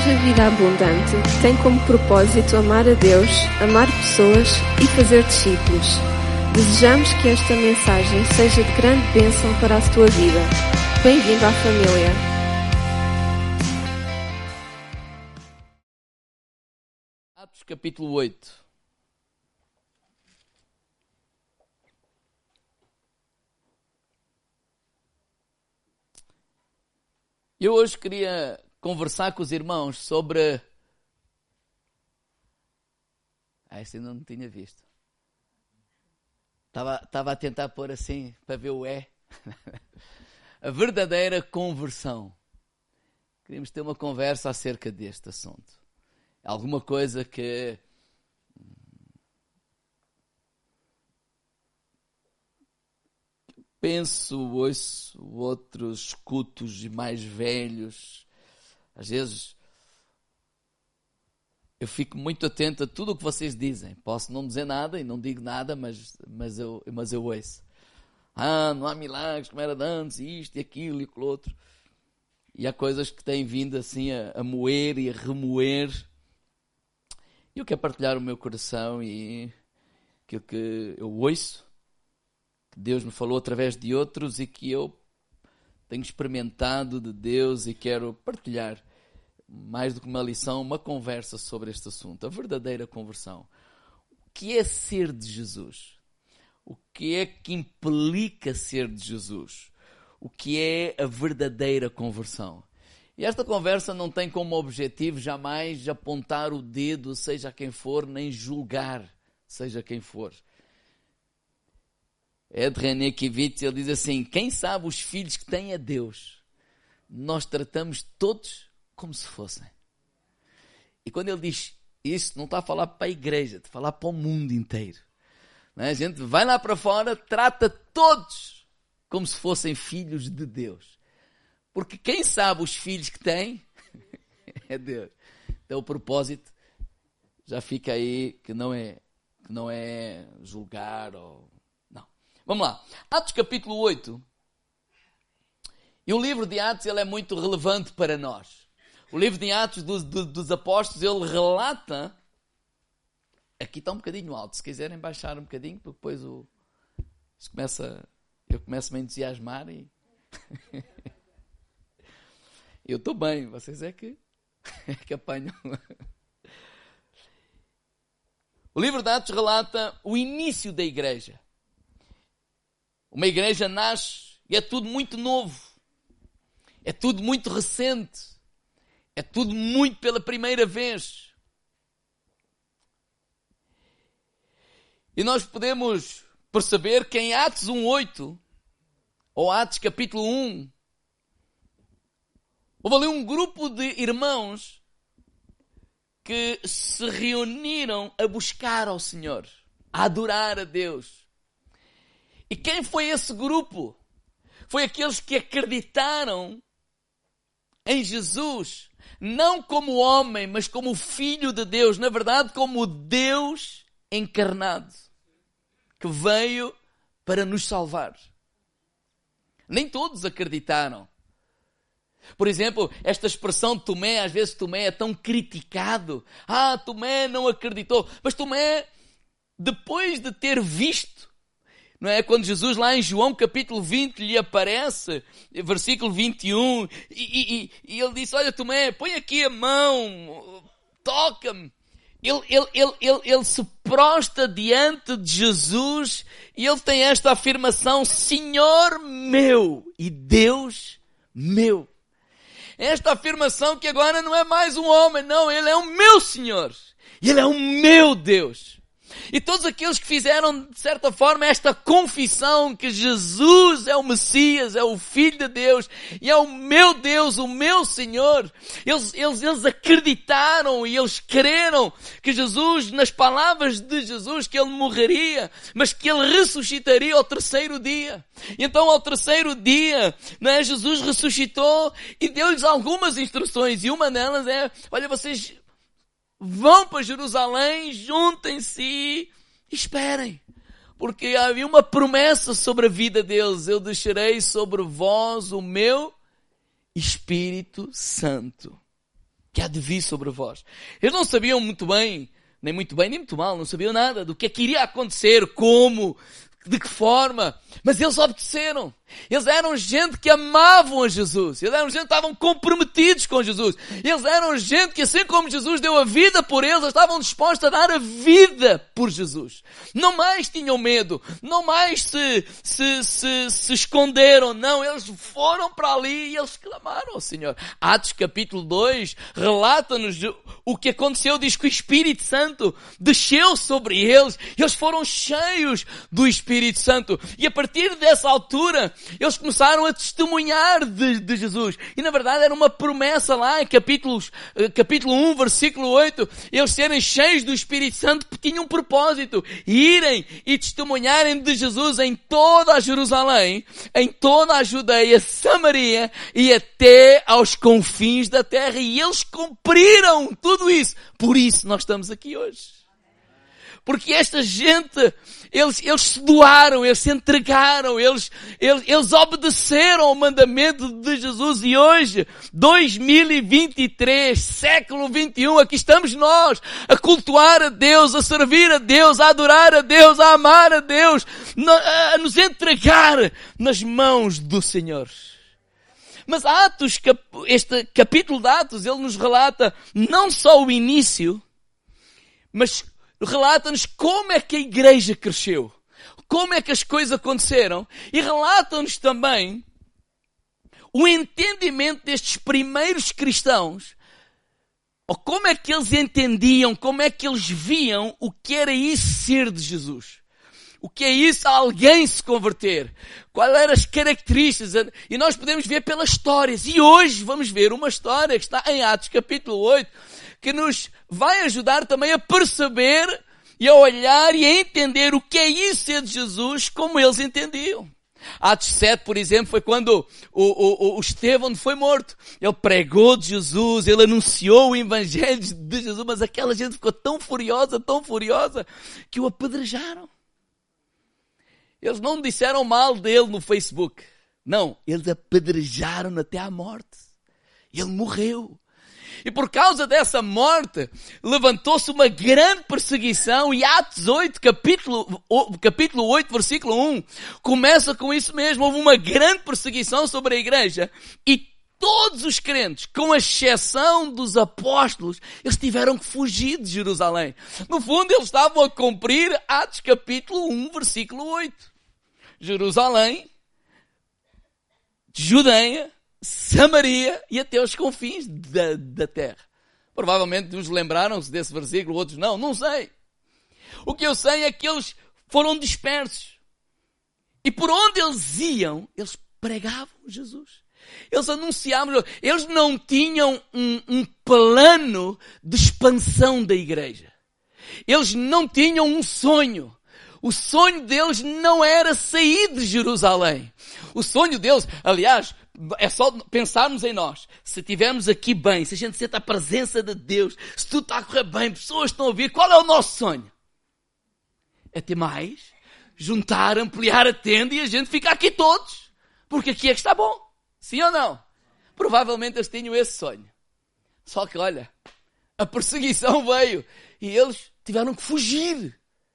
Igreja Vida Abundante tem como propósito amar a Deus, amar pessoas e fazer discípulos. Desejamos que esta mensagem seja de grande bênção para a tua vida. Bem-vindo à família. Atos capítulo 8. Eu hoje queria conversar com os irmãos sobre... Esta ainda não tinha visto. Estava a tentar pôr assim, para ver o E. A verdadeira conversão. Queríamos ter uma conversa acerca deste assunto. Alguma coisa que... penso, ouço outros, escuto os mais velhos. Às vezes eu fico muito atento a tudo o que vocês dizem. Posso não dizer nada e não digo nada, mas eu ouço. Não há milagres como era de antes, isto e aquilo e aquilo outro. E há coisas que têm vindo assim a moer e a remoer. E eu quero partilhar o meu coração e aquilo que eu ouço, que Deus me falou através de outros e que eu tenho experimentado de Deus e quero partilhar, mais do que uma lição, uma conversa sobre este assunto, a verdadeira conversão. O que é ser de Jesus? O que é que implica ser de Jesus? O que é a verdadeira conversão? E esta conversa não tem como objetivo jamais apontar o dedo, seja a quem for, nem julgar, seja quem for. Ed René Kivitz, ele diz assim: quem sabe os filhos que têm a Deus, nós tratamos todos como se fossem. E quando ele diz isso, não está a falar para a igreja, está a falar para o mundo inteiro. Não é? A gente vai lá para fora, trata todos como se fossem filhos de Deus. Porque quem sabe os filhos que têm é Deus. Então o propósito já fica aí que não é julgar ou... Vamos lá, Atos capítulo 8. E o livro de Atos ele é muito relevante para nós. O livro de Atos dos Apóstolos, ele relata... Aqui está um bocadinho alto, se quiserem baixar um bocadinho, porque depois eu começo a me entusiasmar e... eu estou bem, vocês é que apanham. O livro de Atos relata o início da igreja. Uma igreja nasce e é tudo muito novo. É tudo muito recente. É tudo muito pela primeira vez. E nós podemos perceber que em Atos 1:8, ou Atos capítulo 1, houve ali um grupo de irmãos que se reuniram a buscar ao Senhor, a adorar a Deus. E quem foi esse grupo? Foi aqueles que acreditaram em Jesus, não como homem, mas como Filho de Deus, na verdade como Deus encarnado, que veio para nos salvar. Nem todos acreditaram. Por exemplo, esta expressão de Tomé, às vezes Tomé é tão criticado. Tomé não acreditou. Mas Tomé, depois de ter visto, não é? Quando Jesus lá em João capítulo 20 lhe aparece, versículo 21, e ele disse: olha Tomé, põe aqui a mão, toca-me. Ele se prostra diante de Jesus e ele tem esta afirmação: Senhor meu e Deus meu. Esta afirmação que agora não é mais um homem, não, ele é o meu Senhor, ele é o meu Deus. E todos aqueles que fizeram, de certa forma, esta confissão que Jesus é o Messias, é o Filho de Deus, e é o meu Deus, o meu Senhor, eles acreditaram e eles creram que Jesus, nas palavras de Jesus, que Ele morreria, mas que Ele ressuscitaria ao terceiro dia. E então, ao terceiro dia, não é, Jesus ressuscitou e deu-lhes algumas instruções, e uma delas é: olha, vocês... vão para Jerusalém, juntem-se e esperem. Porque havia uma promessa sobre a vida deles: eu deixarei sobre vós o meu Espírito Santo. que há de vir sobre vós. Eles não sabiam muito bem, nem muito mal, não sabiam nada do que é que iria acontecer, como, de que forma, mas eles obedeceram. Eles eram gente que amavam a Jesus. Eles eram gente que estavam comprometidos com Jesus. Eles eram gente que, assim como Jesus deu a vida por eles estavam dispostos a dar a vida por Jesus. Não mais tinham medo. Não mais se esconderam. Não, eles foram para ali e eles clamaram ao Senhor. Atos capítulo 2 relata-nos o que aconteceu. Diz que o Espírito Santo desceu sobre eles. Eles foram cheios do Espírito Santo. E a partir dessa altura, eles começaram a testemunhar de Jesus. E na verdade era uma promessa lá em capítulo 1, versículo 8. Eles serem cheios do Espírito Santo, porque tinham um propósito. Irem e testemunharem de Jesus em toda a Jerusalém, em toda a Judeia, Samaria e até aos confins da terra. E eles cumpriram tudo isso. Por isso nós estamos aqui hoje. Porque esta gente, eles se doaram, eles se entregaram, eles obedeceram ao mandamento de Jesus. E hoje, 2023, século 21, aqui estamos nós, a cultuar a Deus, a servir a Deus, a adorar a Deus, a amar a Deus, a nos entregar nas mãos do Senhor. Mas Atos, este capítulo de Atos, ele nos relata não só o início, mas relata-nos como é que a igreja cresceu, como é que as coisas aconteceram, e relata-nos também o entendimento destes primeiros cristãos, ou como é que eles entendiam, como é que eles viam o que era isso ser de Jesus. O que é isso alguém se converter? Quais eram as características? E nós podemos ver pelas histórias. E hoje vamos ver uma história que está em Atos capítulo 8, que nos vai ajudar também a perceber e a olhar e a entender o que é isso ser de Jesus como eles entendiam. Atos 7, por exemplo, foi quando o Estevão foi morto. Ele pregou de Jesus, ele anunciou o Evangelho de Jesus, mas aquela gente ficou tão furiosa, que o apedrejaram. Eles não disseram mal dele no Facebook. Não, eles apedrejaram até à morte. Ele morreu. E por causa dessa morte, levantou-se uma grande perseguição. E Atos 8, capítulo 8, versículo 1, começa com isso mesmo. Houve uma grande perseguição sobre a igreja. E todos os crentes, com exceção dos apóstolos, eles tiveram que fugir de Jerusalém. No fundo, eles estavam a cumprir Atos capítulo 1, versículo 8. Jerusalém, Judeia, Samaria e até os confins da terra. Provavelmente uns lembraram-se desse versículo, outros não sei. O que eu sei é que eles foram dispersos. E por onde eles iam, eles pregavam Jesus. Eles anunciavam, eles não tinham um plano de expansão da igreja. Eles não tinham um sonho. O sonho deles não era sair de Jerusalém. O sonho deles, aliás, é só pensarmos em nós. Se estivermos aqui bem, se a gente sente a presença de Deus, se tudo está a correr bem, pessoas estão a ouvir, qual é o nosso sonho? É ter mais, juntar, ampliar a tenda e a gente ficar aqui todos. Porque aqui é que está bom. Sim ou não? Provavelmente eles tinham esse sonho. Só que olha, a perseguição veio e eles tiveram que fugir.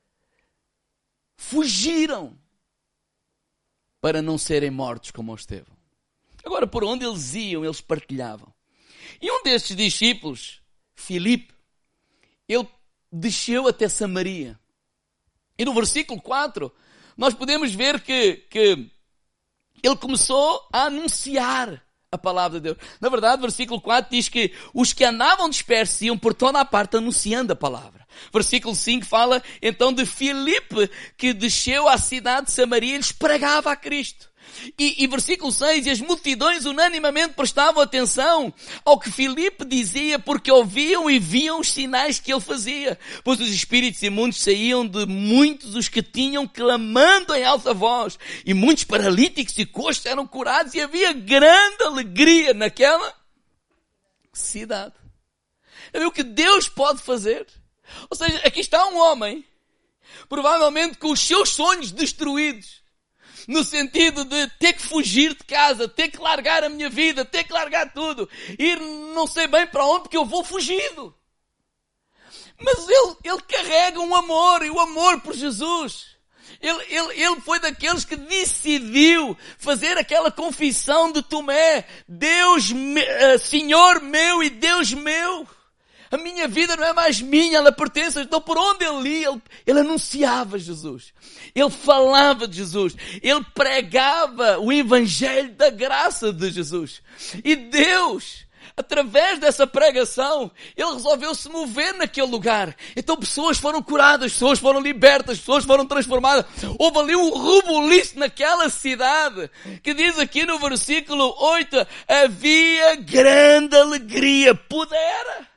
Fugiram para não serem mortos como o Estevão. Agora, por onde eles iam, eles partilhavam. E um destes discípulos, Filipe, ele desceu até Samaria. E no versículo 4, nós podemos ver que ele começou a anunciar a palavra de Deus. Na verdade, versículo 4 diz que os que andavam dispersos iam por toda a parte anunciando a palavra. Versículo 5 fala então de Filipe, que desceu à cidade de Samaria e lhes pregava a Cristo. E versículo 6, e as multidões unanimemente prestavam atenção ao que Filipe dizia, porque ouviam e viam os sinais que ele fazia. Pois os espíritos imundos saíam de muitos os que tinham, clamando em alta voz. E muitos paralíticos e coxos eram curados, e havia grande alegria naquela cidade. É o que Deus pode fazer. Ou seja, aqui está um homem, provavelmente com os seus sonhos destruídos, no sentido de ter que fugir de casa, ter que largar a minha vida, ter que largar tudo, ir não sei bem para onde porque eu vou fugido. Mas ele carrega um amor, e o amor por Jesus. Ele foi daqueles que decidiu fazer aquela confissão de Tomé: Senhor meu e Deus meu. A minha vida não é mais minha, ela pertence. Então por onde ele ia, ele anunciava Jesus. Ele falava de Jesus. Ele pregava o evangelho da graça de Jesus. E Deus, através dessa pregação, ele resolveu se mover naquele lugar. Então pessoas foram curadas, pessoas foram libertas, pessoas foram transformadas. Houve ali um rebuliço naquela cidade, que diz aqui no versículo 8, havia grande alegria. Pudera.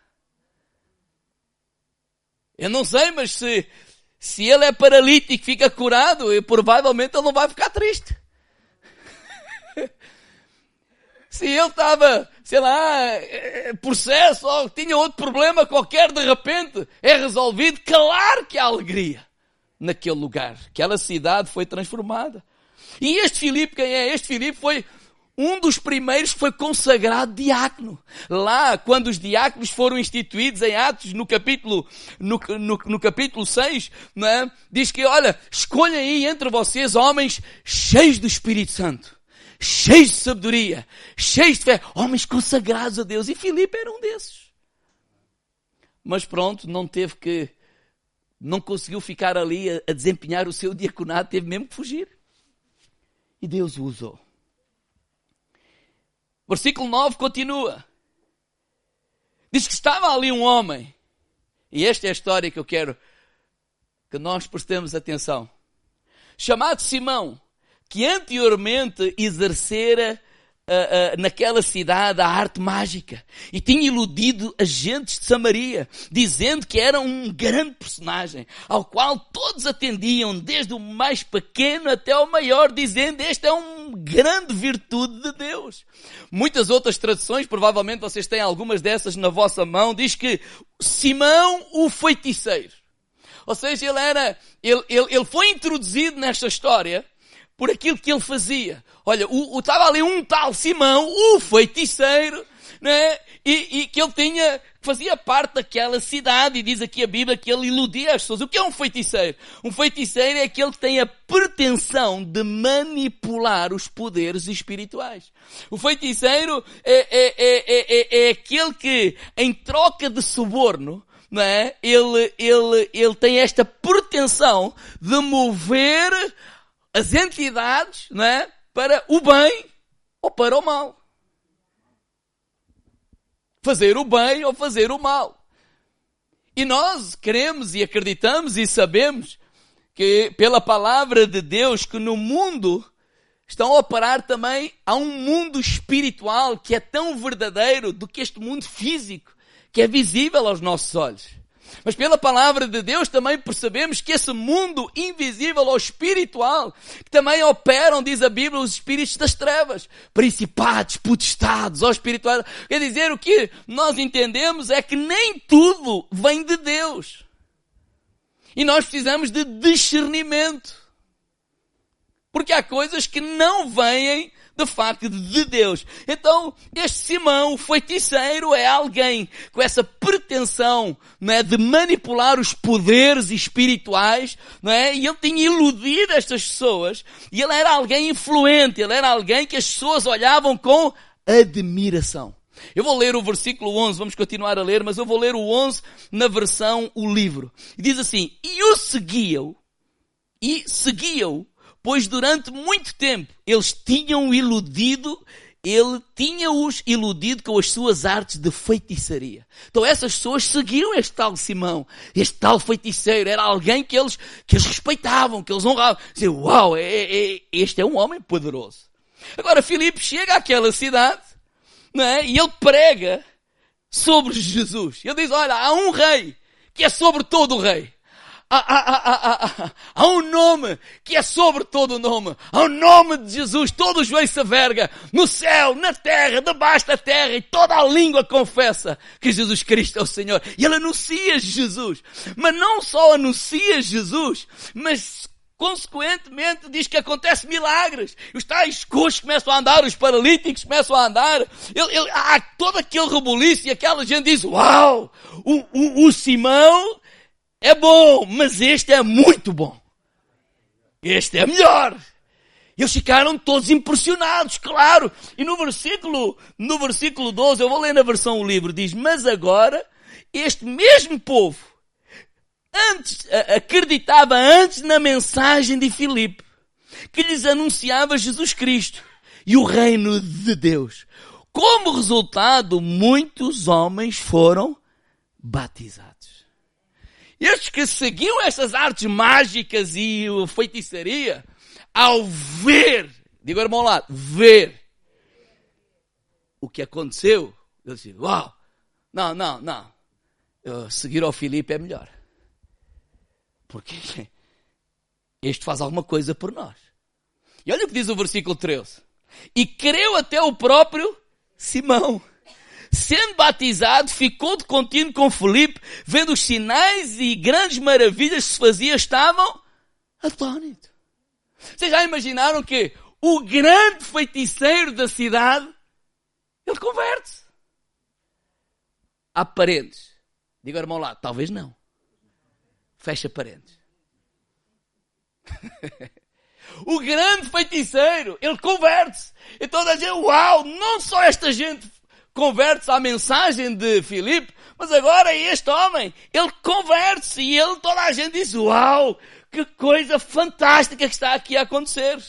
Eu não sei, mas se ele é paralítico e fica curado, provavelmente ele não vai ficar triste. Se ele estava, sei lá, processo ou tinha outro problema qualquer, de repente é resolvido, claro que há alegria naquele lugar. Aquela cidade foi transformada. E este Filipe, quem é? Este Filipe foi um dos primeiros que foi consagrado diácono. Lá, quando os diáconos foram instituídos em Atos, no capítulo 6, não é? Diz que, olha, escolhem aí entre vocês homens cheios do Espírito Santo, cheios de sabedoria, cheios de fé, homens consagrados a Deus. E Filipe era um desses. Mas pronto, não conseguiu ficar ali a desempenhar o seu diaconato, teve mesmo que fugir. E Deus o usou. Versículo 9 continua. Diz que estava ali um homem. E esta é a história que eu quero que nós prestemos atenção. Chamado Simão, que anteriormente exercera naquela cidade a arte mágica. E tinha iludido as gentes de Samaria, dizendo que era um grande personagem, ao qual todos atendiam, desde o mais pequeno até o maior, dizendo: este é uma grande virtude de Deus. Muitas outras traduções, provavelmente vocês têm algumas dessas na vossa mão, diz que Simão o feiticeiro. Ou seja, ele foi introduzido nesta história por aquilo que ele fazia. Olha, estava ali um tal Simão, o feiticeiro, né? E que ele fazia parte daquela cidade, e diz aqui a Bíblia que ele iludia as pessoas. O que é um feiticeiro? Um feiticeiro é aquele que tem a pretensão de manipular os poderes espirituais. O feiticeiro é aquele que, em troca de suborno, não é? Ele tem esta pretensão de mover as entidades, não é? Para o bem ou para o mal. Fazer o bem ou fazer o mal. E nós queremos e acreditamos e sabemos que pela palavra de Deus que no mundo estão a operar também, há um mundo espiritual que é tão verdadeiro do que este mundo físico, que é visível aos nossos olhos. Mas pela palavra de Deus também percebemos que esse mundo invisível ou espiritual, que também operam, diz a Bíblia, os espíritos das trevas, principados, potestades ou espirituais. Quer dizer, o que nós entendemos é que nem tudo vem de Deus. E nós precisamos de discernimento. Porque há coisas que não vêm de facto de Deus. Então, este Simão, o feiticeiro, é alguém com essa pretensão, não é, de manipular os poderes espirituais, não é? E ele tinha iludido estas pessoas, e ele era alguém influente, ele era alguém que as pessoas olhavam com admiração. Eu vou ler o versículo 11, vamos continuar a ler, mas eu vou ler o 11 na versão O Livro. E diz assim: e o seguiam, pois durante muito tempo eles tinham iludido, ele tinha-os iludido com as suas artes de feitiçaria. Então essas pessoas seguiam este tal Simão, este tal feiticeiro. Era alguém que eles respeitavam, que eles honravam. Diziam: uau, este é um homem poderoso. Agora Filipe chega àquela cidade, não é? E ele prega sobre Jesus. Ele diz: olha, há um rei que é sobre todo o rei. Há um nome que é sobre todo o nome. Há o nome de Jesus. Todo o joelho se verga, no céu, na terra, debaixo da terra, e toda a língua confessa que Jesus Cristo é o Senhor. E ele anuncia Jesus. Mas não só anuncia Jesus, mas consequentemente diz que acontece milagres. Os tais coxos começam a andar, os paralíticos começam a andar. Há todo aquele rebuliço e aquela gente diz, uau, o Simão é bom, mas este é muito bom. Este é melhor. Eles ficaram todos impressionados, claro. E no versículo 12, eu vou ler na versão livre, diz, mas agora, este mesmo povo, acreditava antes na mensagem de Filipe, que lhes anunciava Jesus Cristo e o reino de Deus. Como resultado, muitos homens foram batizados. Estes que seguiam essas artes mágicas e feitiçaria, ao ver, digo irmão lá, ver o que aconteceu, eles disseram, uau, não, seguir ao Filipe é melhor. Porque este faz alguma coisa por nós. E olha o que diz o versículo 13. E creu até o próprio Simão. Sendo batizado, ficou de contínuo com Filipe, vendo os sinais e grandes maravilhas que se faziam, estavam atônitos. Vocês já imaginaram que o grande feiticeiro da cidade, ele converte-se? Há parentes. Diga ao irmão lá, talvez não. Fecha parentes. O grande feiticeiro, ele converte-se. Então a gente, uau, não só esta gente converte-se à mensagem de Filipe, mas agora este homem, ele converte-se e toda a gente diz, uau, que coisa fantástica que está aqui a acontecer.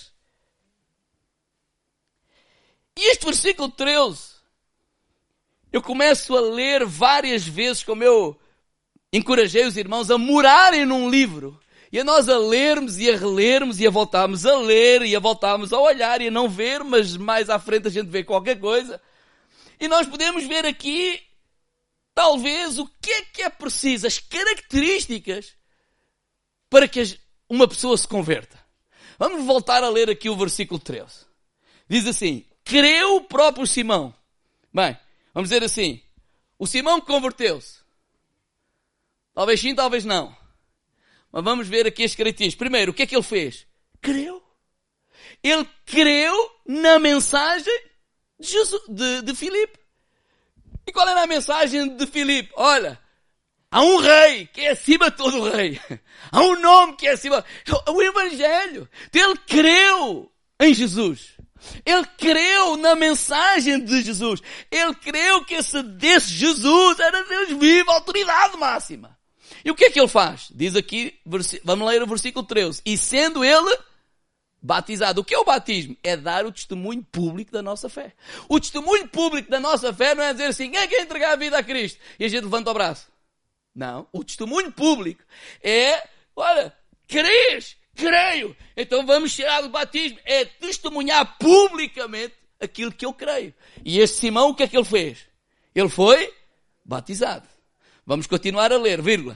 E este versículo 13, eu começo a ler várias vezes, como eu encorajei os irmãos a morarem num livro. E a nós a lermos e a relermos e a voltarmos a ler e a voltarmos a olhar e a não ver, mas mais à frente a gente vê qualquer coisa. E nós podemos ver aqui, talvez, o que é preciso, as características para que uma pessoa se converta. Vamos voltar a ler aqui o versículo 13. Diz assim, creu o próprio Simão. Bem, vamos dizer assim, o Simão converteu-se. Talvez sim, talvez não. Mas vamos ver aqui as características. Primeiro, o que é que ele fez? Creu. Ele creu na mensagem de Filipe. E qual era a mensagem de Filipe? Olha, há um rei que é acima de todo o rei. Há um nome que é acima. O Evangelho. Ele creu em Jesus. Ele creu na mensagem de Jesus. Ele creu que desse Jesus era Deus vivo, autoridade máxima. E o que é que ele faz? Diz aqui, vamos ler o versículo 13. E sendo ele batizado. O que é o batismo? É dar o testemunho público da nossa fé. O testemunho público da nossa fé não é dizer assim, quem quer entregar a vida a Cristo? E a gente levanta o braço. Não. O testemunho público é, olha, crês? Creio. Então vamos tirar do batismo. É testemunhar publicamente aquilo que eu creio. E este Simão, o que é que ele fez? Ele foi batizado. Vamos continuar a ler, vírgula.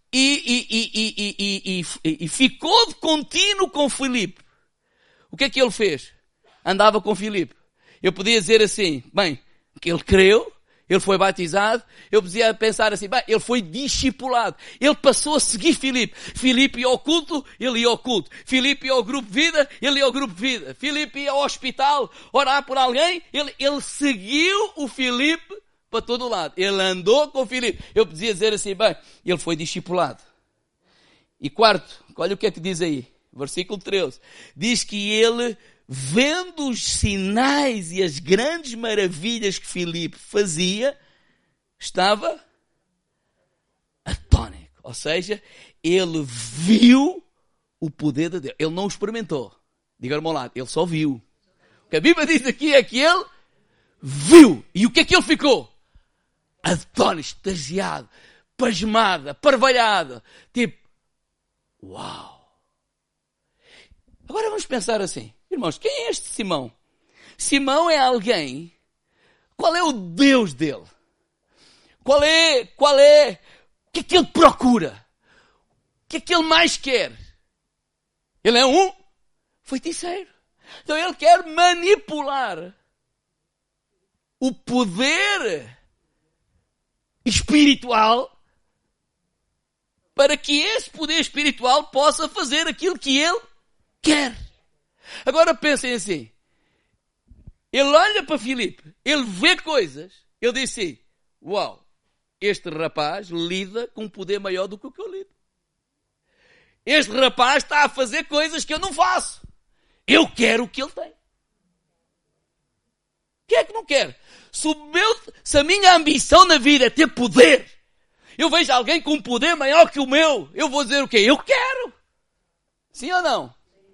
E ficou de contínuo com Filipe. O que é que ele fez? Andava com Filipe. Eu podia dizer assim, bem, que ele creu, ele foi batizado, eu podia pensar assim, bem, ele foi discipulado. Ele passou a seguir Filipe. Filipe ia ao culto, ele ia ao culto. Filipe ia ao grupo de vida, ele ia ao grupo de vida. Filipe ia ao hospital, orar por alguém, ele seguiu o Filipe para todo lado. Ele andou com o Filipe. Eu podia dizer assim, bem, ele foi discipulado. E quarto, olha o que é que diz aí. Versículo 13. Diz que ele, vendo os sinais e as grandes maravilhas que Filipe fazia, estava atônico. Ou seja, ele viu o poder de Deus. Ele não o experimentou. Diga ao meu lado, ele só viu. O que a Bíblia diz aqui é que ele viu. E o que é que ele ficou? Atônito, extasiado, pasmado, aparvalhado. Tipo, uau. Agora vamos pensar assim. Irmãos, quem é este Simão? Simão é alguém. Qual é o Deus dele? Qual é? O que é que ele procura? O que é que ele mais quer? Ele é um feiticeiro. Então ele quer manipular o poder espiritual para que esse poder espiritual possa fazer aquilo que ele quer. Agora pensem assim. Ele olha para Filipe, ele vê coisas, ele diz assim, uau, este rapaz lida com um poder maior do que o que eu lido. Este rapaz está a fazer coisas que eu não faço. Eu quero o que ele tem. Quem é que não quer? Se a minha ambição na vida é ter poder, eu vejo alguém com um poder maior que o meu, eu vou dizer o quê? Eu quero. Sim ou não?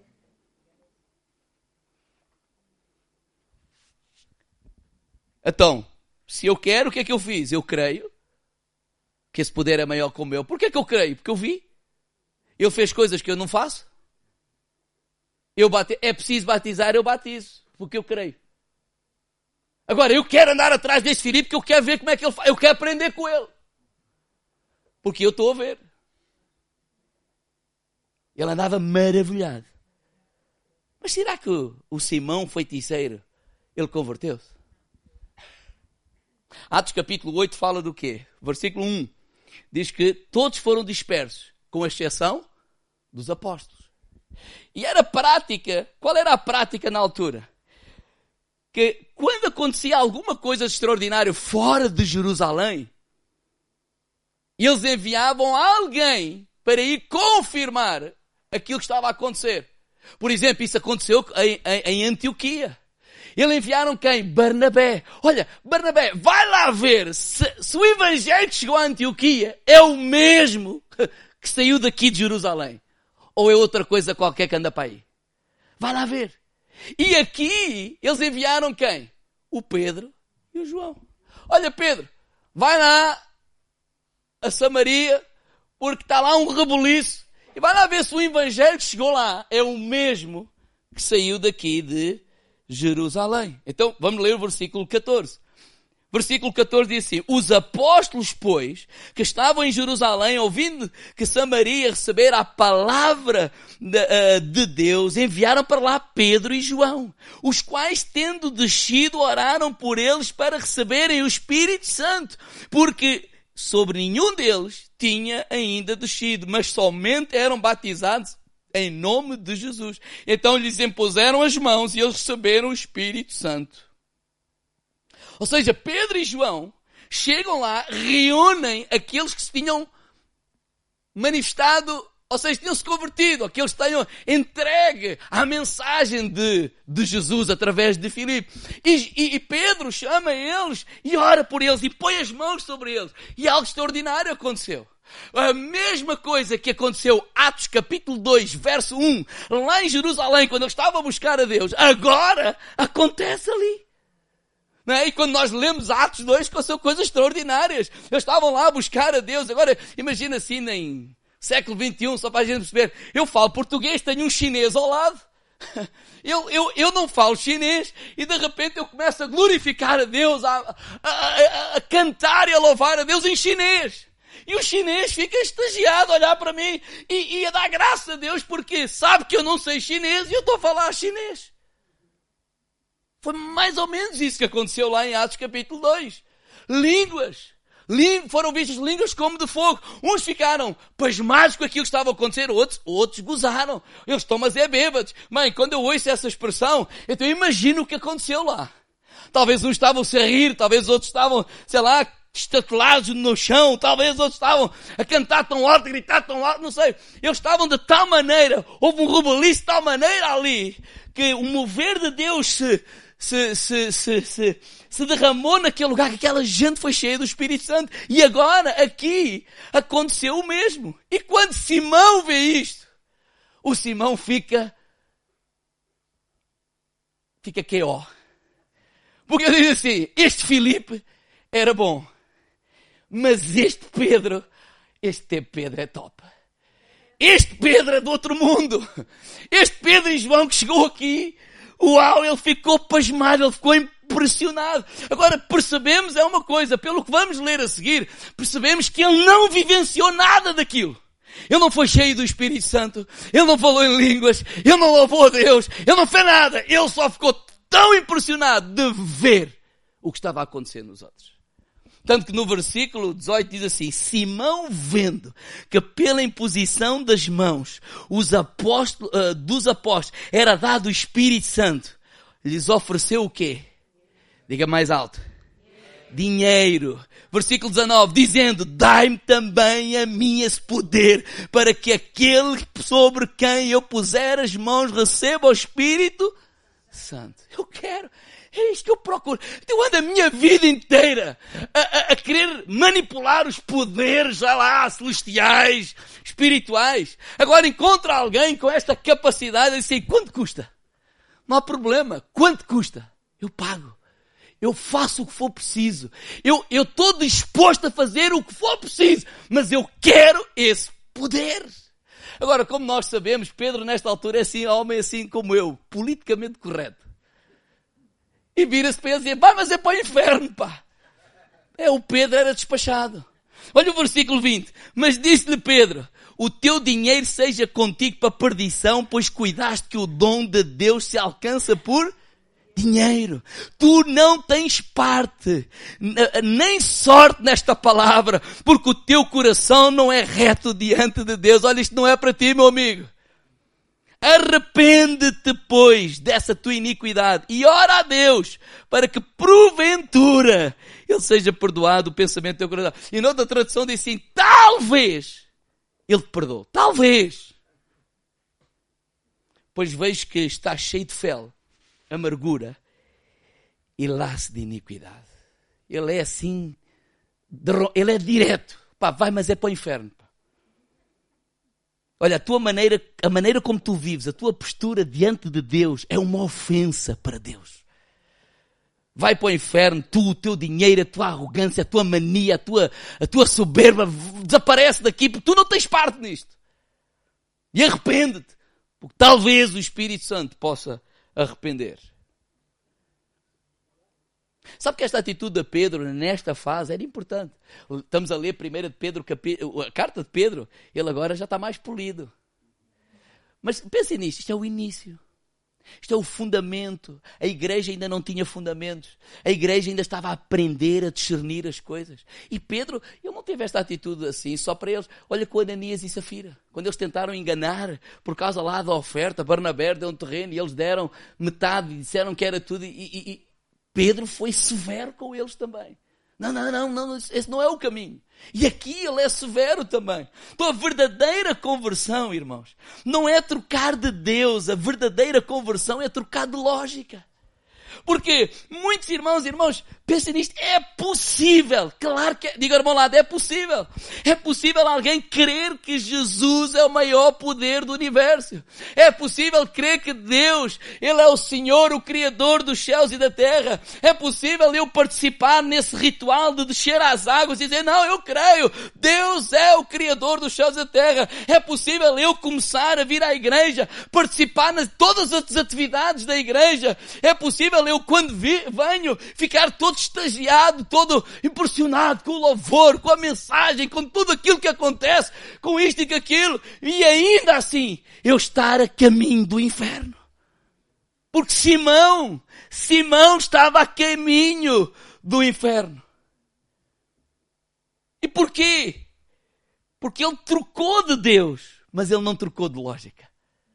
Então, se eu quero, o que é que eu fiz? Eu creio que esse poder é maior que o meu. Por que é que eu creio? Porque eu vi. Ele fez coisas que eu não faço. É preciso batizar, eu batizo. Porque eu creio. Agora, eu quero andar atrás deste Filipe porque eu quero ver como é que ele faz. Eu quero aprender com ele. Porque eu estou a ver. Ele andava maravilhado. Mas será que o Simão feiticeiro, ele converteu-se? Atos capítulo 8 fala do quê? Versículo 1. Diz que todos foram dispersos, com exceção dos apóstolos. E era prática. Qual era a prática na altura? Que quando acontecia alguma coisa extraordinária fora de Jerusalém, eles enviavam alguém para ir confirmar aquilo que estava a acontecer. Por exemplo, isso aconteceu em Antioquia. Eles enviaram quem? Barnabé. Olha, Barnabé, vai lá ver se o evangelho que chegou a Antioquia é o mesmo que saiu daqui de Jerusalém. Ou é outra coisa qualquer que anda para aí. Vai lá ver. E aqui eles enviaram quem? O Pedro e o João. Olha, Pedro, vai lá a Samaria, porque está lá um rebuliço. E vai lá ver se o evangelho que chegou lá é o mesmo que saiu daqui de Jerusalém. Então, vamos ler o versículo 14. Versículo 14 diz assim: os apóstolos, pois, que estavam em Jerusalém, ouvindo que Samaria recebera a palavra de Deus, enviaram para lá Pedro e João, os quais, tendo descido, oraram por eles para receberem o Espírito Santo, porque sobre nenhum deles tinha ainda descido, mas somente eram batizados em nome de Jesus. Então lhes impuseram as mãos e eles receberam o Espírito Santo. Ou seja, Pedro e João chegam lá, reúnem aqueles que se tinham manifestado, ou seja, tinham-se convertido, aqueles que tinham entregue à mensagem de Jesus através de Filipe. E Pedro chama eles e ora por eles e põe as mãos sobre eles. E algo extraordinário aconteceu. A mesma coisa que aconteceu, Atos capítulo 2, verso 1, lá em Jerusalém, quando eles estavam a buscar a Deus, agora acontece ali. Não é? E quando nós lemos Atos 2, são coisas extraordinárias. Eles estavam lá a buscar a Deus. Agora, imagina assim, em século XXI, só para a gente perceber, eu falo português, tenho um chinês ao lado. Eu não falo chinês e de repente eu começo a glorificar a Deus, a cantar e a louvar a Deus em chinês. E o chinês fica extasiado a olhar para mim e a dar graça a Deus porque sabe que eu não sei chinês e eu estou a falar chinês. Foi mais ou menos isso que aconteceu lá em Atos capítulo 2. Línguas. Foram vistas línguas como de fogo. Uns ficaram pasmados com aquilo que estava a acontecer, outros gozaram. Eles estão mas é bêbados. Mãe, quando eu ouço essa expressão, então eu imagino o que aconteceu lá. Talvez uns estavam-se a rir, talvez outros estavam, sei lá, estatelados no chão, talvez outros estavam a cantar tão alto, a gritar tão alto, não sei. Eles estavam de tal maneira, houve um rebuliço de tal maneira ali, que o mover de Deus se derramou naquele lugar, que aquela gente foi cheia do Espírito Santo. E agora, aqui, aconteceu o mesmo. E quando Simão vê isto, o Simão fica Q.O. Porque ele diz assim, este Filipe era bom, mas este Pedro é top. Este Pedro é do outro mundo. Este Pedro e João que chegou aqui, uau, ele ficou pasmado, ele ficou impressionado. Agora percebemos, é uma coisa, pelo que vamos ler a seguir, percebemos que ele não vivenciou nada daquilo. Ele não foi cheio do Espírito Santo, ele não falou em línguas, ele não louvou a Deus, ele não fez nada. Ele só ficou tão impressionado de ver o que estava a acontecer nos outros. Tanto que no versículo 18 diz assim: Simão, vendo que pela imposição das mãos dos apóstolos era dado o Espírito Santo, lhes ofereceu o quê? Diga mais alto. Dinheiro. Versículo 19, dizendo: dai-me também a mim esse poder, para que aquele sobre quem eu puser as mãos receba o Espírito Santo. Eu quero. É isto que eu procuro. Eu ando a minha vida inteira a querer manipular os poderes, já lá, celestiais, espirituais. Agora encontro alguém com esta capacidade e assim, quanto custa? Não há problema. Quanto custa? Eu pago. Eu faço o que for preciso. Eu estou disposto a fazer o que for preciso. Mas eu quero esse poder. Agora, como nós sabemos, Pedro nesta altura é assim, homem assim como eu, politicamente correto. E vira-se para ele e diz: pá, mas é para o inferno, pá. O Pedro era despachado. Olha o versículo 20. Mas disse-lhe Pedro: o teu dinheiro seja contigo para perdição, pois cuidaste que o dom de Deus se alcança por dinheiro. Tu não tens parte, nem sorte nesta palavra, porque o teu coração não é reto diante de Deus. Olha, isto não é para ti, meu amigo. Arrepende-te, pois, dessa tua iniquidade e ora a Deus para que, porventura, ele seja perdoado o pensamento do teu coração. E noutra tradução diz assim: talvez ele te perdoe. Talvez. Pois vejo que está cheio de fel, amargura e laço de iniquidade. Ele é assim, ele é direto. Pá, vai, mas é para o inferno. Olha, a maneira como tu vives, a tua postura diante de Deus é uma ofensa para Deus. Vai para o inferno, tu, o teu dinheiro, a tua arrogância, a tua mania, a tua soberba, desaparece daqui, porque tu não tens parte nisto. E arrepende-te, porque talvez o Espírito Santo possa arrepender. Sabe que esta atitude de Pedro nesta fase era importante. Estamos a ler primeiro de Pedro, a carta de Pedro, ele agora já está mais polido. Mas pensem nisto, isto é o início. Isto é o fundamento. A igreja ainda não tinha fundamentos. A igreja ainda estava a aprender a discernir as coisas. E Pedro, ele não teve esta atitude assim só para eles. Olha com Ananias e Safira. Quando eles tentaram enganar por causa lá da oferta, Barnabé deu um terreno e eles deram metade e disseram que era tudo. E Pedro foi severo com eles também. Não, esse não é o caminho. E aqui ele é severo também. Então a verdadeira conversão, irmãos, não é trocar de Deus. A verdadeira conversão é trocar de lógica. Porque muitos irmãos, pensem nisto, é possível, claro que é, diga ao irmão lado, é possível alguém crer que Jesus é o maior poder do universo, é possível crer que Deus, Ele é o Senhor, o Criador dos céus e da terra, é possível eu participar nesse ritual de descer às águas e dizer, não, eu creio, Deus é o Criador dos céus e da terra, é possível eu começar a vir à igreja, participar de todas as atividades da igreja, é possível eu quando venho ficar todo extasiado, todo impressionado com o louvor, com a mensagem, com tudo aquilo que acontece, com isto e com aquilo, e ainda assim eu estar a caminho do inferno. Porque Simão estava a caminho do inferno. E porquê? Porque ele trocou de Deus, mas ele não trocou de lógica.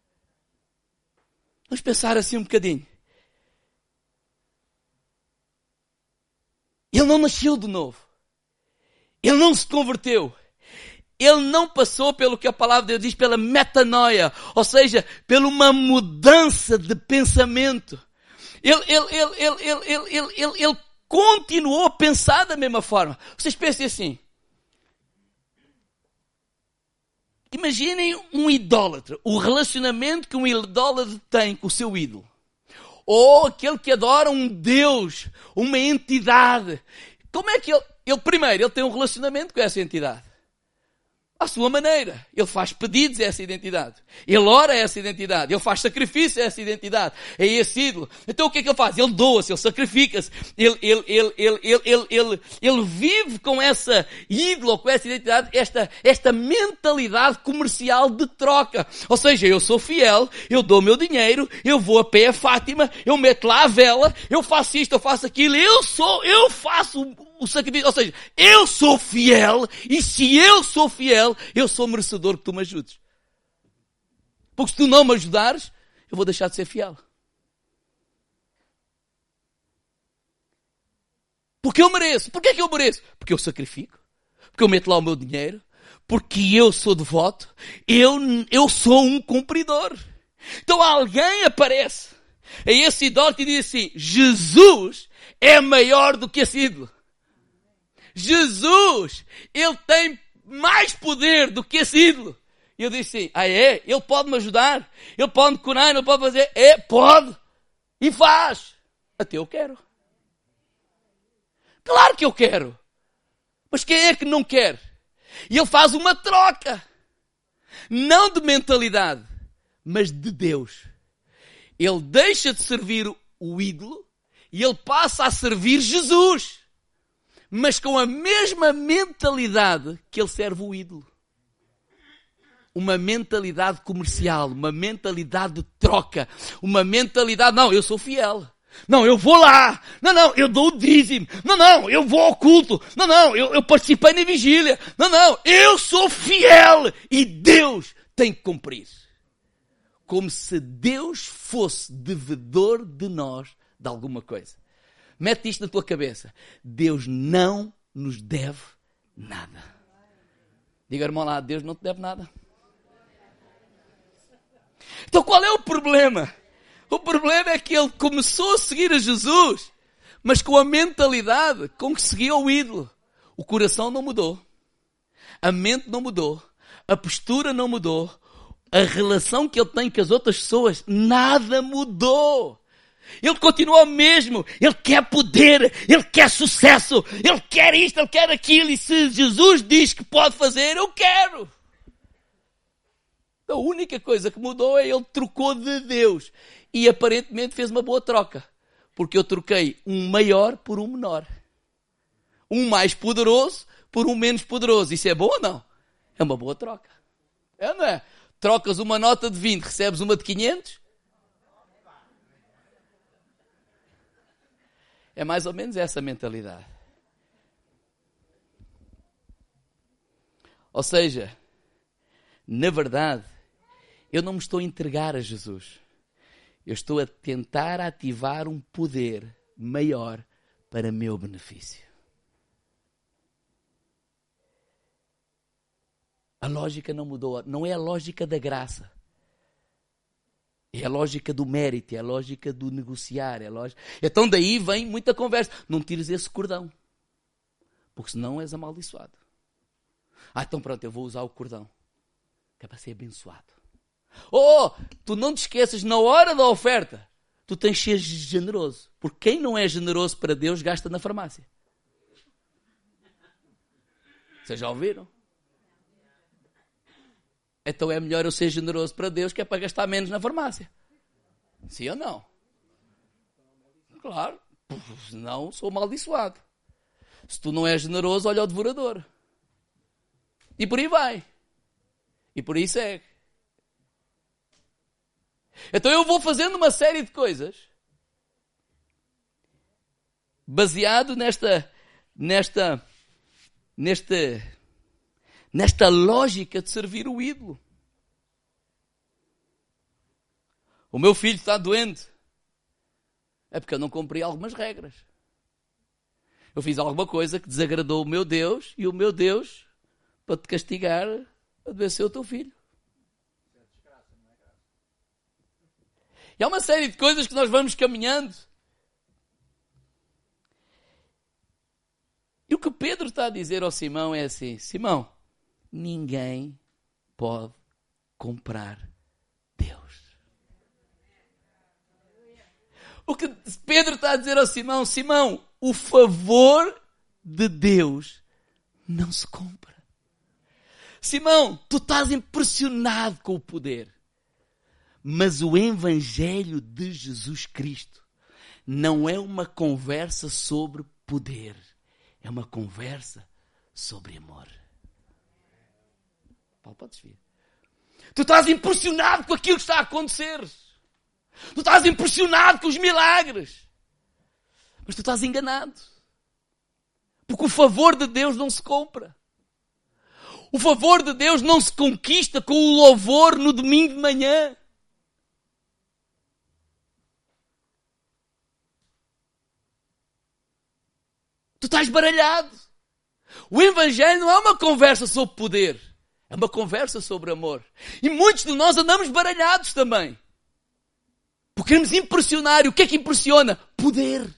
Vamos pensar assim um bocadinho. Ele não nasceu de novo. Ele não se converteu. Ele não passou pelo que a palavra de Deus diz, pela metanoia. Ou seja, pela uma mudança de pensamento. Ele continuou a pensar da mesma forma. Vocês pensem assim. Imaginem um idólatra. O relacionamento que um idólatra tem com o seu ídolo. Ou aquele que adora um Deus, uma entidade. Como é que ele primeiro, ele tem um relacionamento com essa entidade? À sua maneira. Ele faz pedidos a essa identidade. Ele ora a essa identidade. Ele faz sacrifício a essa identidade. É esse ídolo. Então o que é que ele faz? Ele doa-se, ele sacrifica-se. Ele vive com essa ídolo, com essa identidade, esta mentalidade comercial de troca. Ou seja, eu sou fiel, eu dou meu dinheiro, eu vou a pé a Fátima, eu meto lá a vela, eu faço isto, eu faço aquilo, eu faço o sacrifício. Ou seja, eu sou fiel e se eu sou fiel, eu sou merecedor que tu me ajudes. Porque se tu não me ajudares, eu vou deixar de ser fiel. Porque eu mereço. Porquê é que eu mereço? Porque eu sacrifico. Porque eu meto lá o meu dinheiro. Porque eu sou devoto. Eu sou um cumpridor. Então alguém aparece a esse ídolo e diz assim, Jesus é maior do que esse ídolo. Jesus, ele tem mais poder do que esse ídolo. E eu disse assim, é? Ele pode me ajudar? Ele pode me curar? Ele pode fazer? É, pode. E faz. Até eu quero. Claro que eu quero. Mas quem é que não quer? E ele faz uma troca. Não de mentalidade, mas de Deus. Ele deixa de servir o ídolo e ele passa a servir Jesus. Mas com a mesma mentalidade que ele serve o ídolo. Uma mentalidade comercial, uma mentalidade de troca, uma mentalidade, não, eu sou fiel. Não, eu vou lá. Não, eu dou o dízimo. Não, eu vou ao culto. Não, eu participei na vigília. Não, eu sou fiel. E Deus tem que cumprir. Como se Deus fosse devedor de nós de alguma coisa. Mete isto na tua cabeça. Deus não nos deve nada. Diga, irmão lá, Deus não te deve nada. Então qual é o problema? O problema é que ele começou a seguir a Jesus, mas com a mentalidade com que seguia o ídolo. O coração não mudou. A mente não mudou. A postura não mudou. A relação que ele tem com as outras pessoas, nada mudou. Ele continua o mesmo. Ele quer poder. Ele quer sucesso. Ele quer isto, ele quer aquilo. E se Jesus diz que pode fazer, eu quero. A única coisa que mudou é ele trocou de Deus. E aparentemente fez uma boa troca. Porque eu troquei um maior por um menor. Um mais poderoso por um menos poderoso. Isso é bom ou não? É uma boa troca. É ou não é? Trocas uma nota de 20, recebes uma de 500? É mais ou menos essa mentalidade. Ou seja, na verdade, eu não me estou a entregar a Jesus. Eu estou a tentar ativar um poder maior para meu benefício. A lógica não mudou. Não é a lógica da graça. É a lógica do mérito, é a lógica do negociar. É a lógica... Então daí vem muita conversa. Não tires esse cordão. Porque senão és amaldiçoado. Então pronto, eu vou usar o cordão. Que é para ser abençoado. Tu não te esqueças, na hora da oferta, tu tens de ser generoso. Porque quem não é generoso para Deus, gasta na farmácia. Vocês já ouviram? Então é melhor eu ser generoso para Deus, que é para gastar menos na farmácia. Sim ou não? Claro. Senão sou amaldiçoado. Se tu não és generoso, olha o devorador. E por aí vai. E por aí segue. Então eu vou fazendo uma série de coisas baseado nesta lógica de servir o ídolo. O meu filho está doente. É porque eu não cumpri algumas regras. Eu fiz alguma coisa que desagradou o meu Deus e o meu Deus, para te castigar, adoeceu o teu filho. E há uma série de coisas que nós vamos caminhando. E o que Pedro está a dizer ao Simão é assim: Simão, ninguém pode comprar Deus. O que Pedro está a dizer ao Simão: Simão, o favor de Deus não se compra. Simão, tu estás impressionado com o poder. Mas o Evangelho de Jesus Cristo não é uma conversa sobre poder. É uma conversa sobre amor. Paulo, podes vir. Tu estás impressionado com aquilo que está a acontecer. Tu estás impressionado com os milagres. Mas tu estás enganado. Porque o favor de Deus não se compra. O favor de Deus não se conquista com o louvor no domingo de manhã. Tu estás baralhado. O Evangelho não é uma conversa sobre poder. É uma conversa sobre amor. E muitos de nós andamos baralhados também. Porque queremos impressionar. E o que é que impressiona? Poder.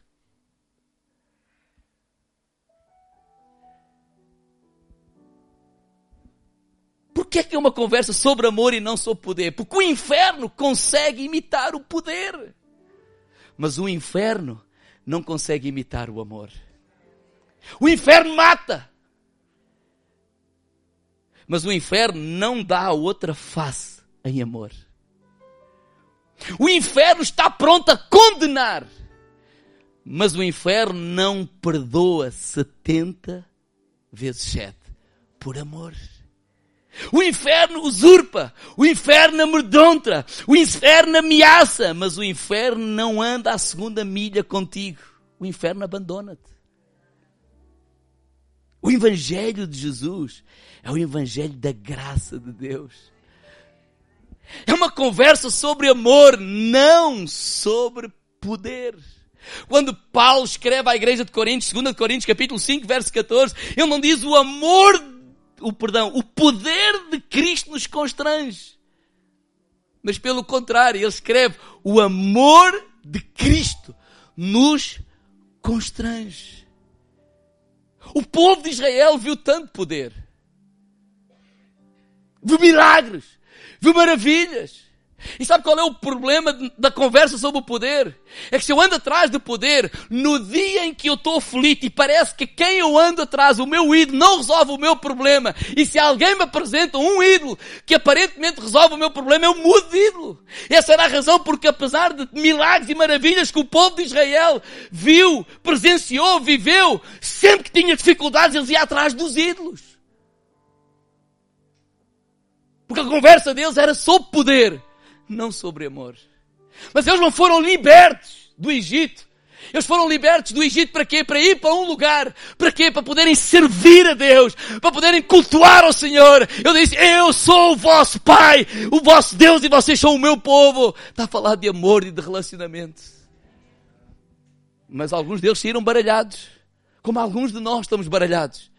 Porquê é que é uma conversa sobre amor e não sobre poder? Porque o inferno consegue imitar o poder. Mas o inferno não consegue imitar o amor. O inferno mata. Mas o inferno não dá a outra face em amor. O inferno está pronto a condenar. Mas o inferno não perdoa 70 vezes 7 por amor. O inferno usurpa, o inferno amedronta, o inferno ameaça, mas o inferno não anda a segunda milha contigo. O inferno abandona-te. O Evangelho de Jesus é o Evangelho da graça de Deus. É uma conversa sobre amor, não sobre poder. Quando Paulo escreve à igreja de Coríntios, 2 Coríntios capítulo 5, verso 14, ele não diz o poder de Cristo nos constrange. Mas pelo contrário, ele escreve, o amor de Cristo nos constrange. O povo de Israel viu tanto poder. Viu milagres. Viu maravilhas. E sabe qual é o problema da conversa sobre o poder? É que se eu ando atrás do poder, no dia em que eu estou aflito e parece que quem eu ando atrás, o meu ídolo, não resolve o meu problema, e se alguém me apresenta um ídolo que aparentemente resolve o meu problema, eu mudo de ídolo. Essa era a razão porque apesar de milagres e maravilhas que o povo de Israel viu, presenciou, viveu, sempre que tinha dificuldades, eles iam atrás dos ídolos. Porque a conversa deles era sobre poder, não sobre amor. Mas eles não foram libertos do Egito. Eles foram libertos do Egito para quê? Para ir para um lugar. Para quê? Para poderem servir a Deus. Para poderem cultuar ao Senhor. Ele disse, eu sou o vosso Pai, o vosso Deus e vocês são o meu povo. Está a falar de amor e de relacionamento. Mas alguns deles saíram baralhados. Como alguns de nós estamos baralhados.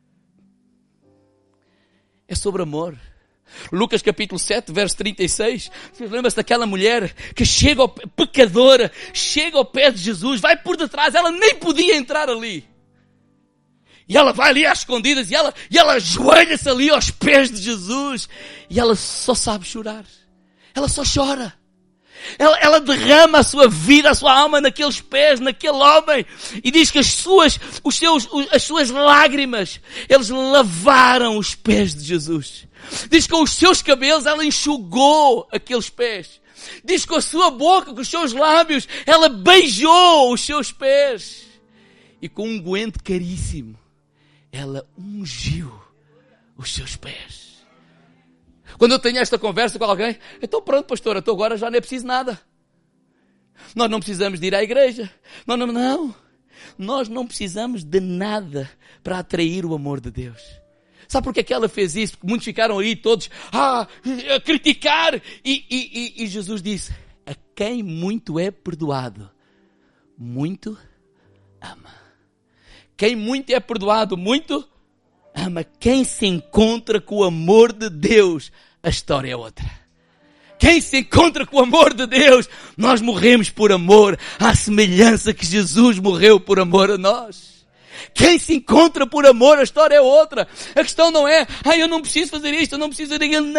É sobre amor. Lucas capítulo 7, verso 36. Você lembra-se daquela mulher que pecadora, chega ao pé de Jesus, vai por detrás, ela nem podia entrar ali. E ela vai ali às escondidas e ela ajoelha-se ali aos pés de Jesus. E ela só sabe chorar. Ela só chora. Ela derrama a sua vida, a sua alma naqueles pés, naquele homem. E diz que as suas lágrimas, eles lavaram os pés de Jesus. Diz que com os seus cabelos ela enxugou aqueles pés. Diz que com a sua boca, com os seus lábios, ela beijou os seus pés. E com um unguento caríssimo, ela ungiu os seus pés. Quando eu tenho esta conversa com alguém, então pronto, pastor, então agora já não é preciso nada. Nós não precisamos de ir à igreja. Não. Nós não precisamos de nada para atrair o amor de Deus. Sabe porque é que ela fez isso? Porque muitos ficaram aí todos a criticar. E Jesus disse, a quem muito é perdoado, muito ama. Quem muito é perdoado, muito ama. Quem se encontra com o amor de Deus, a história é outra. Quem se encontra com o amor de Deus, nós morremos por amor, à semelhança que Jesus morreu por amor a nós. Quem se encontra por amor, a história é outra. A questão não é, eu não preciso fazer isto, eu não preciso fazer aquilo.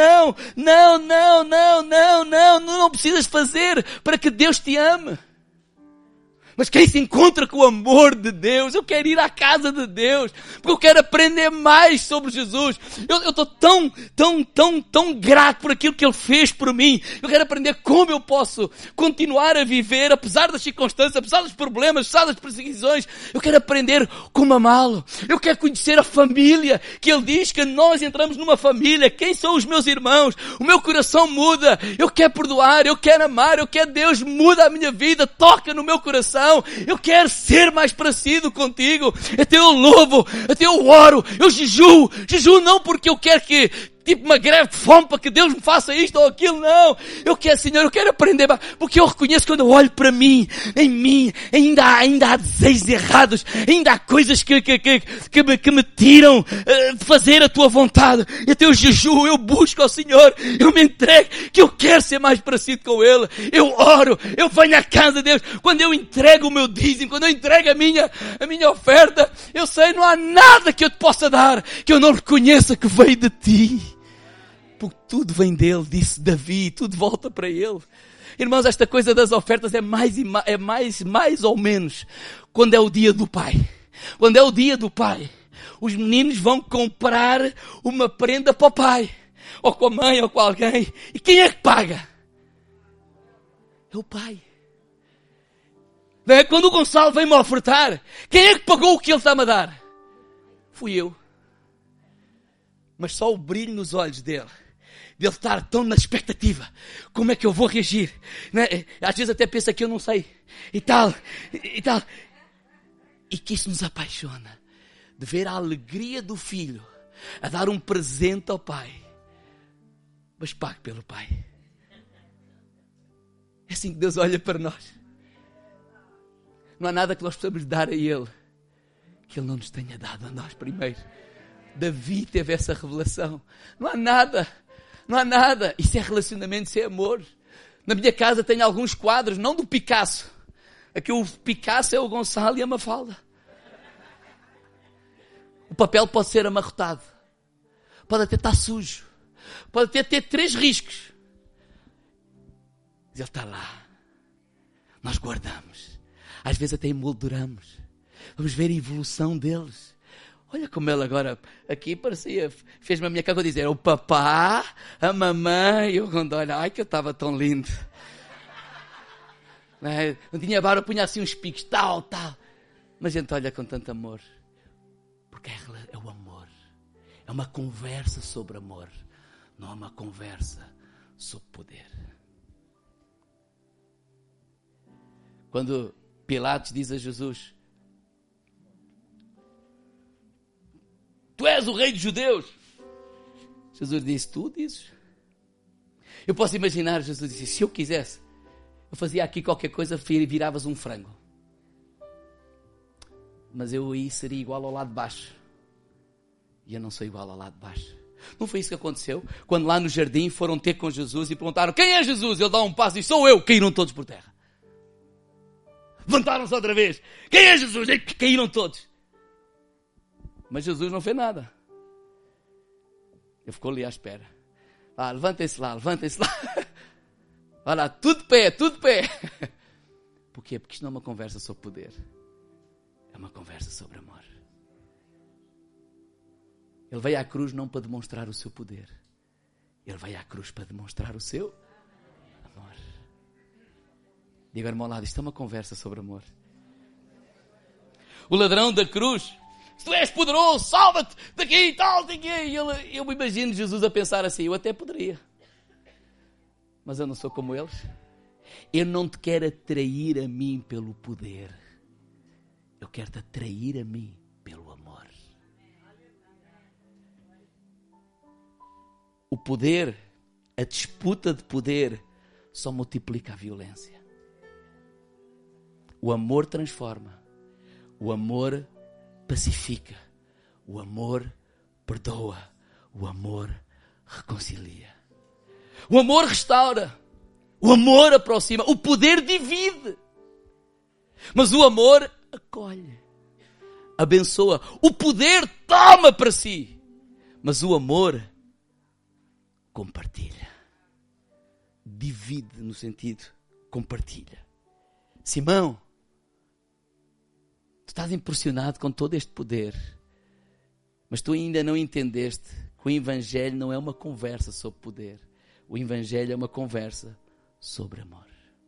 Não precisas fazer para que Deus te ame. Mas quem se encontra com o amor de Deus, eu quero ir à casa de Deus, porque eu quero aprender mais sobre Jesus. Eu estou tão grato por aquilo que Ele fez por mim. Eu quero aprender como eu posso continuar a viver, apesar das circunstâncias, apesar dos problemas, apesar das perseguições. Eu quero aprender como amá-lo. Eu quero conhecer a família, que Ele diz que nós entramos numa família. Quem são os meus irmãos? O meu coração muda. Eu quero perdoar, eu quero amar, eu quero Deus, muda a minha vida, toca no meu coração. não, eu quero ser mais parecido contigo. Até eu louvo, até eu oro, eu jejuo não porque eu quero que, tipo uma greve de fome para que Deus me faça isto ou aquilo, não. Eu quero, Senhor, eu quero aprender, porque eu reconheço quando eu olho para mim, em mim, ainda há desejos errados, ainda há coisas que me tiram de fazer a tua vontade. Então eu jejuo, eu busco ao Senhor, eu me entrego, que eu quero ser mais parecido com Ele. Eu oro, eu venho à casa de Deus. Quando eu entrego o meu dízimo, quando eu entrego a minha oferta, eu sei, não há nada que eu te possa dar que eu não reconheça que veio de Ti. Porque tudo vem dele, disse Davi, tudo volta para ele. Irmãos, esta coisa das ofertas é mais ou menos quando é o dia do pai. Quando é o dia do pai, os meninos vão comprar uma prenda para o pai, ou com a mãe, ou com alguém. E quem é que paga? É o pai. Quando o Gonçalo vem-me ofertar, quem é que pagou o que ele está-me a dar? Fui eu. Mas só o brilho nos olhos dele estar tão na expectativa. Como é que eu vou reagir? Às vezes até pensa que eu não sei. E tal. E que isso nos apaixona. De ver a alegria do filho a dar um presente ao pai. Mas pague pelo pai. É assim que Deus olha para nós. Não há nada que nós possamos dar a Ele que Ele não nos tenha dado a nós primeiro. Davi teve essa revelação. Não há nada. Isso é relacionamento, isso é amor. Na minha casa tenho alguns quadros, não do Picasso. Aqui o Picasso é o Gonçalo e a Mafalda. O papel pode ser amarrotado. Pode até estar sujo. Pode até ter 3 riscos. Mas ele está lá. Nós guardamos. Às vezes até emolduramos. Vamos ver a evolução deles. Olha como ele agora, aqui parecia, fez-me a minha cara dizer, o papá, a mamãe, e o Rondônia, ai que eu estava tão lindo. Não tinha barba, punha assim uns picos, tal. Mas a gente olha com tanto amor, porque é o amor. É uma conversa sobre amor, não é uma conversa sobre poder. Quando Pilatos diz a Jesus, Tu és o rei dos judeus. Jesus disse, tu dizes. Eu posso imaginar, Jesus disse, se eu quisesse, eu fazia aqui qualquer coisa, viravas um frango. Mas eu aí seria igual ao lado de baixo. E eu não sou igual ao lado de baixo. Não foi isso que aconteceu? Quando lá no jardim foram ter com Jesus e perguntaram, quem é Jesus? Ele dá um passo e sou eu. Caíram todos por terra. Levantaram-se outra vez. Quem é Jesus? E caíram todos. Mas Jesus não fez nada. Ele ficou ali à espera. Levantem-se lá. Olha lá, tudo de pé. Porquê? Porque isto não é uma conversa sobre poder. É uma conversa sobre amor. Ele veio à cruz não para demonstrar o seu poder. Ele veio à cruz para demonstrar o seu amor. Diga ao irmão ao lado, isto é uma conversa sobre amor. O ladrão da cruz, se tu és poderoso, salva-te daqui e tal, daqui. Eu me imagino Jesus a pensar assim, eu até poderia. Mas eu não sou como eles. Eu não te quero atrair a mim pelo poder. Eu quero te atrair a mim pelo amor. O poder, a disputa de poder, só multiplica a violência. O amor transforma. O amor pacifica. O amor perdoa. O amor reconcilia. O amor restaura. O amor aproxima. O poder divide. Mas o amor acolhe. Abençoa. O poder toma para si. Mas o amor compartilha. Divide no sentido compartilha. Simão, tu estás impressionado com todo este poder, mas tu ainda não entendeste que o Evangelho não é uma conversa sobre poder. O Evangelho é uma conversa sobre amor.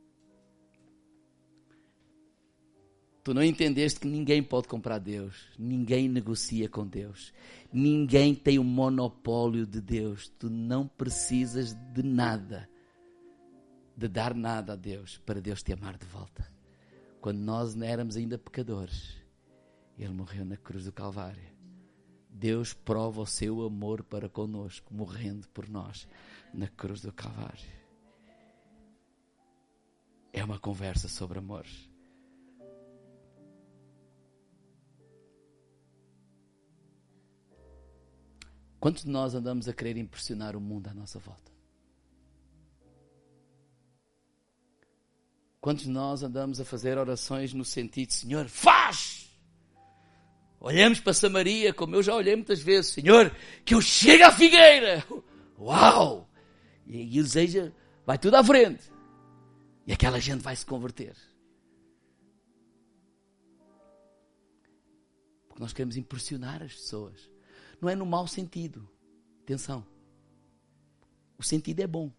Tu não entendeste que ninguém pode comprar Deus, ninguém negocia com Deus, ninguém tem o monopólio de Deus. Tu não precisas de nada, de dar nada a Deus, para Deus te amar de volta. quando nós éramos ainda pecadores, Ele morreu na cruz do Calvário. Deus prova o seu amor para connosco, morrendo por nós na cruz do Calvário. É uma conversa sobre amor. Quantos de nós andamos a querer impressionar o mundo à nossa volta? Quantos de nós andamos a fazer orações no sentido, Senhor, faz! Olhamos para Samaria, como eu já olhei muitas vezes, Senhor, que eu chegue à figueira! Uau! E a igreja vai tudo à frente. E aquela gente vai se converter. Porque nós queremos impressionar as pessoas. Não é no mau sentido. Atenção. O sentido é bom.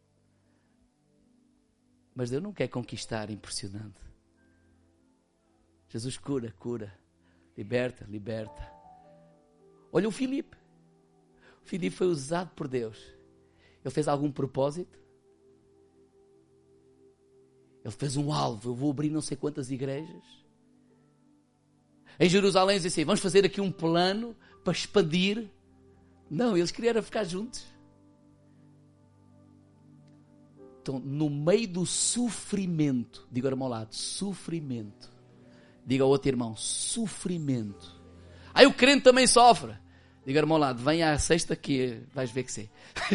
Mas Deus não quer conquistar impressionando. Jesus cura, cura. Liberta, liberta. Olha o Filipe. O Filipe foi usado por Deus. Ele fez algum propósito? Ele fez um alvo. Eu vou abrir não sei quantas igrejas. Em Jerusalém dizem assim, vamos fazer aqui um plano para expandir. Não, eles queriam ficar juntos. Então, no meio do sofrimento, diga ao irmão ao lado, sofrimento. Diga ao outro irmão, sofrimento. Aí o crente também sofre. Diga ao irmão ao lado, vem à sexta que vais ver que sim.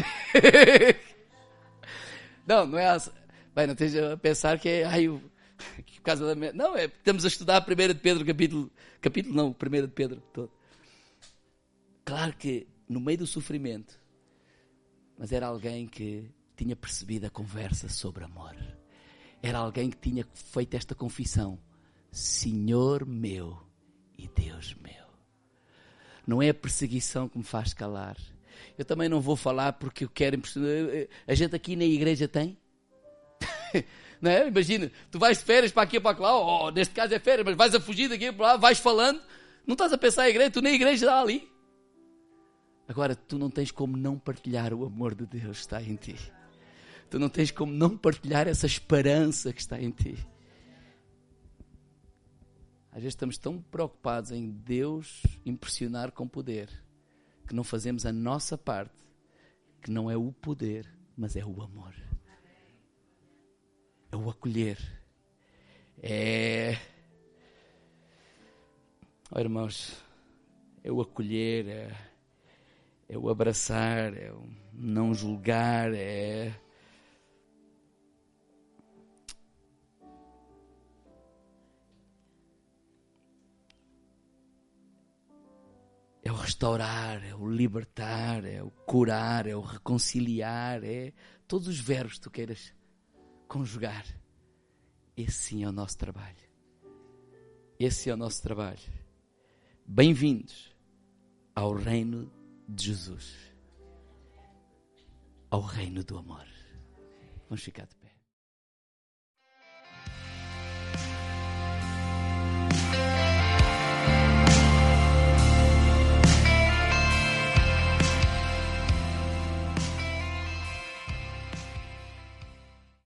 Não é a... Bem, não esteja a pensar que é... por causa da... Não, é estamos a estudar 1 de Pedro, capítulo não, 1 de Pedro todo. Claro que no meio do sofrimento, mas era alguém que tinha percebido a conversa sobre amor. Era alguém que tinha feito esta confissão. Senhor meu e Deus meu. Não é a perseguição que me faz calar. Eu também não vou falar porque eu quero impressionar. A gente aqui na igreja tem? Não é? Imagina, tu vais de férias para aqui ou para lá, neste caso é férias, mas vais a fugir daqui para lá, vais falando, não estás a pensar em igreja, tu na igreja está ali. Agora, tu não tens como não partilhar o amor de Deus que está em ti. Tu não tens como não partilhar essa esperança que está em ti. Às vezes estamos tão preocupados em Deus impressionar com poder, que não fazemos a nossa parte, que não é o poder, mas é o amor. É o acolher. Irmãos, é o acolher, é o abraçar, é o não julgar, é o restaurar, é o libertar, é o curar, é o reconciliar, é todos os verbos que tu queiras conjugar. Esse sim é o nosso trabalho. Esse é o nosso trabalho. Bem-vindos ao reino de Jesus. Ao reino do amor. Vamos ficar de pé.